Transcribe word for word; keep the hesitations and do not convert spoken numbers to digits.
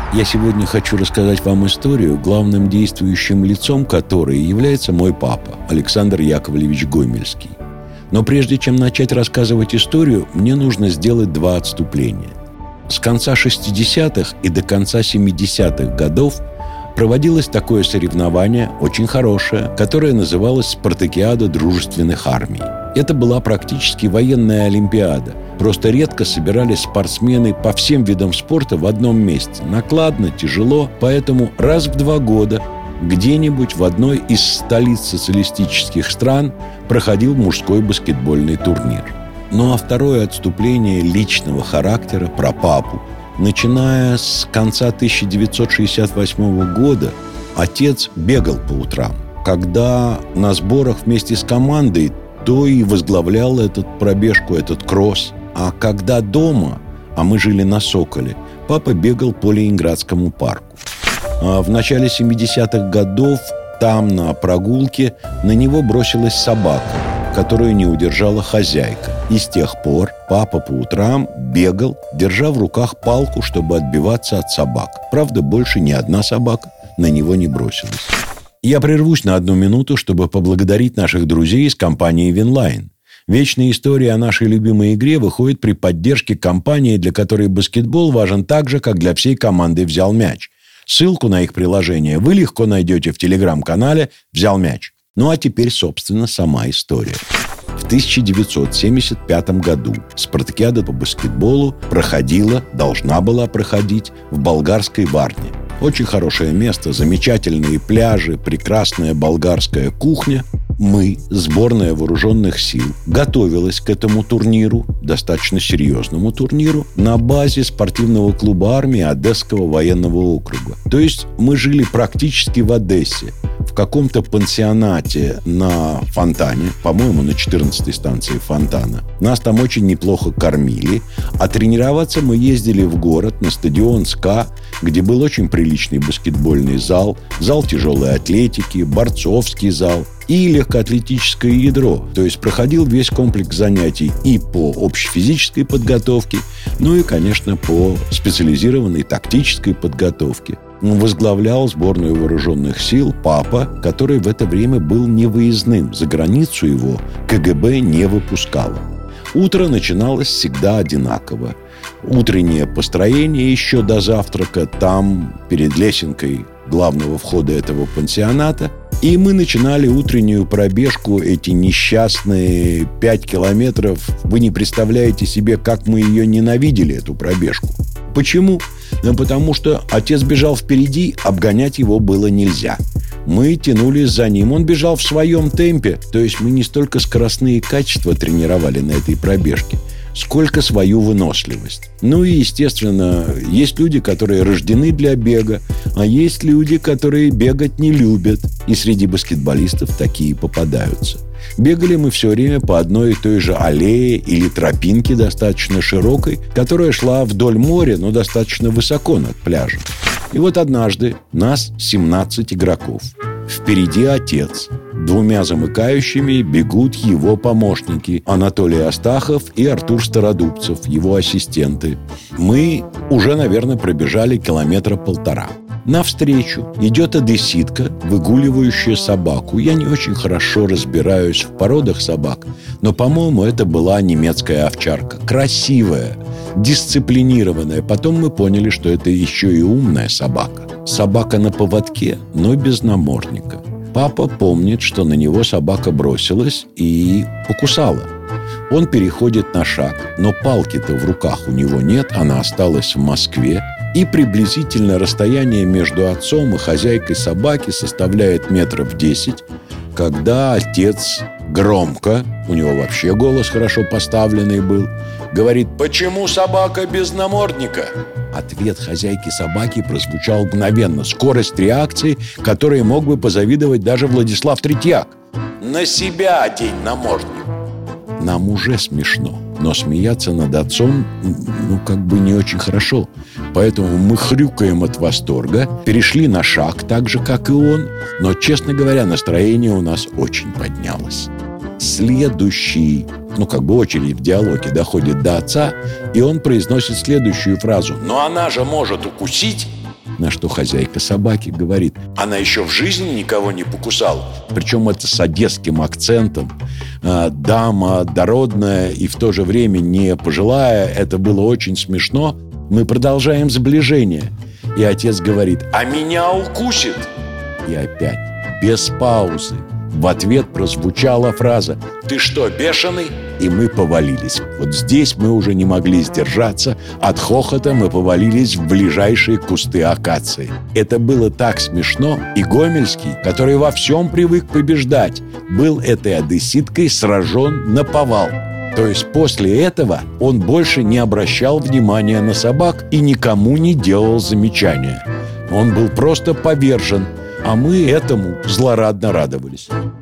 Я сегодня хочу рассказать вам историю, главным действующим лицом которой является мой папа, Александр Яковлевич Гомельский. Но прежде чем начать рассказывать историю, мне нужно сделать два отступления. С конца шестидесятых и до конца семидесятых годов проводилось такое соревнование, очень хорошее, которое называлось «Спартакиада дружественных армий». Это была практически военная олимпиада. Просто редко собирались спортсмены по всем видам спорта в одном месте. Накладно, тяжело, поэтому раз в два года где-нибудь в одной из столиц социалистических стран проходил мужской баскетбольный турнир. Ну а второе отступление личного характера про папу. Начиная с конца тысяча девятьсот шестьдесят восьмого года отец бегал по утрам. Когда на сборах вместе с командой, то и возглавлял эту пробежку, этот кросс. А когда дома, а мы жили на Соколе, папа бегал по Ленинградскому парку. А в начале семидесятых годов там, на прогулке, на него бросилась собака, которую не удержала хозяйка. И с тех пор папа по утрам бегал, держа в руках палку, чтобы отбиваться от собак. Правда, больше ни одна собака на него не бросилась. Я прервусь на одну минуту, чтобы поблагодарить наших друзей из компании «Винлайн». Вечная история о нашей любимой игре выходит при поддержке компании, для которой баскетбол важен так же, как для всей команды «Взял мяч». Ссылку на их приложение вы легко найдете в телеграм-канале «Взял мяч». Ну а теперь, собственно, сама история. В тысяча девятьсот семьдесят пятом году спартакиада по баскетболу проходила, должна была проходить в болгарской Варне. Очень хорошее место, замечательные пляжи, прекрасная болгарская кухня. Мы, сборная вооруженных сил, готовилась к этому турниру, достаточно серьезному турниру, на базе спортивного клуба армии Одесского военного округа. То есть мы жили практически в Одессе, в каком-то пансионате на Фонтане, по-моему, на четырнадцатой станции Фонтана. Нас там очень неплохо кормили, а тренироваться мы ездили в город, на стадион СКА, где был очень приличный баскетбольный зал, зал тяжелой атлетики, борцовский зал и легкоатлетическое ядро. То есть проходил весь комплекс занятий и по общефизической подготовке, ну и, конечно, по специализированной тактической подготовке. Возглавлял сборную вооруженных сил папа, который в это время был невыездным. За границу его КГБ не выпускало. Утро начиналось всегда одинаково. Утреннее построение еще до завтрака там, перед лесенкой главного входа этого пансионата. И мы начинали утреннюю пробежку, эти несчастные пять километров. Вы не представляете себе, как мы ее ненавидели, эту пробежку. Почему? Ну, потому что отец бежал впереди, обгонять его было нельзя. Мы тянулись за ним, он бежал в своем темпе. То есть мы не столько скоростные качества тренировали на этой пробежке, сколько свою выносливость. Ну и, естественно, есть люди, которые рождены для бега, а есть люди, которые бегать не любят. И среди баскетболистов такие попадаются. Бегали мы все время по одной и той же аллее или тропинке достаточно широкой, которая шла вдоль моря, но достаточно высоко над пляжем. И вот однажды нас семнадцать игроков. Впереди отец. Двумя замыкающими бегут его помощники Анатолий Астахов и Артур Стародубцев, его ассистенты. Мы уже, наверное, пробежали километра полтора. Навстречу идет одесситка, выгуливающая собаку. Я не очень хорошо разбираюсь в породах собак, но, по-моему, это была немецкая овчарка. Красивая, дисциплинированная. Потом мы поняли, что это еще и умная собака. Собака на поводке, но без намордника. Папа помнит, что на него собака бросилась и покусала. Он переходит на шаг, но палки-то в руках у него нет, она осталась в Москве. И приблизительно расстояние между отцом и хозяйкой собаки составляет метров десять, когда отец громко, у него вообще голос хорошо поставленный был, говорит: «Почему собака без намордника?» Ответ хозяйки собаки прозвучал мгновенно. Скорость реакции, которой мог бы позавидовать даже Владислав Третьяк. «На себя одень намордник». Нам уже смешно, но смеяться над отцом, ну, как бы не очень хорошо. Поэтому мы хрюкаем от восторга, перешли на шаг так же, как и он. Но, честно говоря, настроение у нас очень поднялось. Следующий, ну, как бы очередь в диалоге доходит до отца, и он произносит следующую фразу: «Но она же может укусить». На что хозяйка собаки говорит: она еще в жизни никого не покусала. Причем это с одесским акцентом. Дама дородная и в то же время не пожилая. Это было очень смешно. Мы продолжаем сближение. И отец говорит: а меня укусит? И опять, без паузы, в ответ прозвучала фраза: ты что, бешеный? И мы повалились. Вот здесь мы уже не могли сдержаться. От хохота мы повалились в ближайшие кусты акации. Это было так смешно. И Гомельский, который во всем привык побеждать, был этой одесситкой сражен наповал. То есть после этого он больше не обращал внимания на собак и никому не делал замечания. Он был просто повержен, а мы этому злорадно радовались.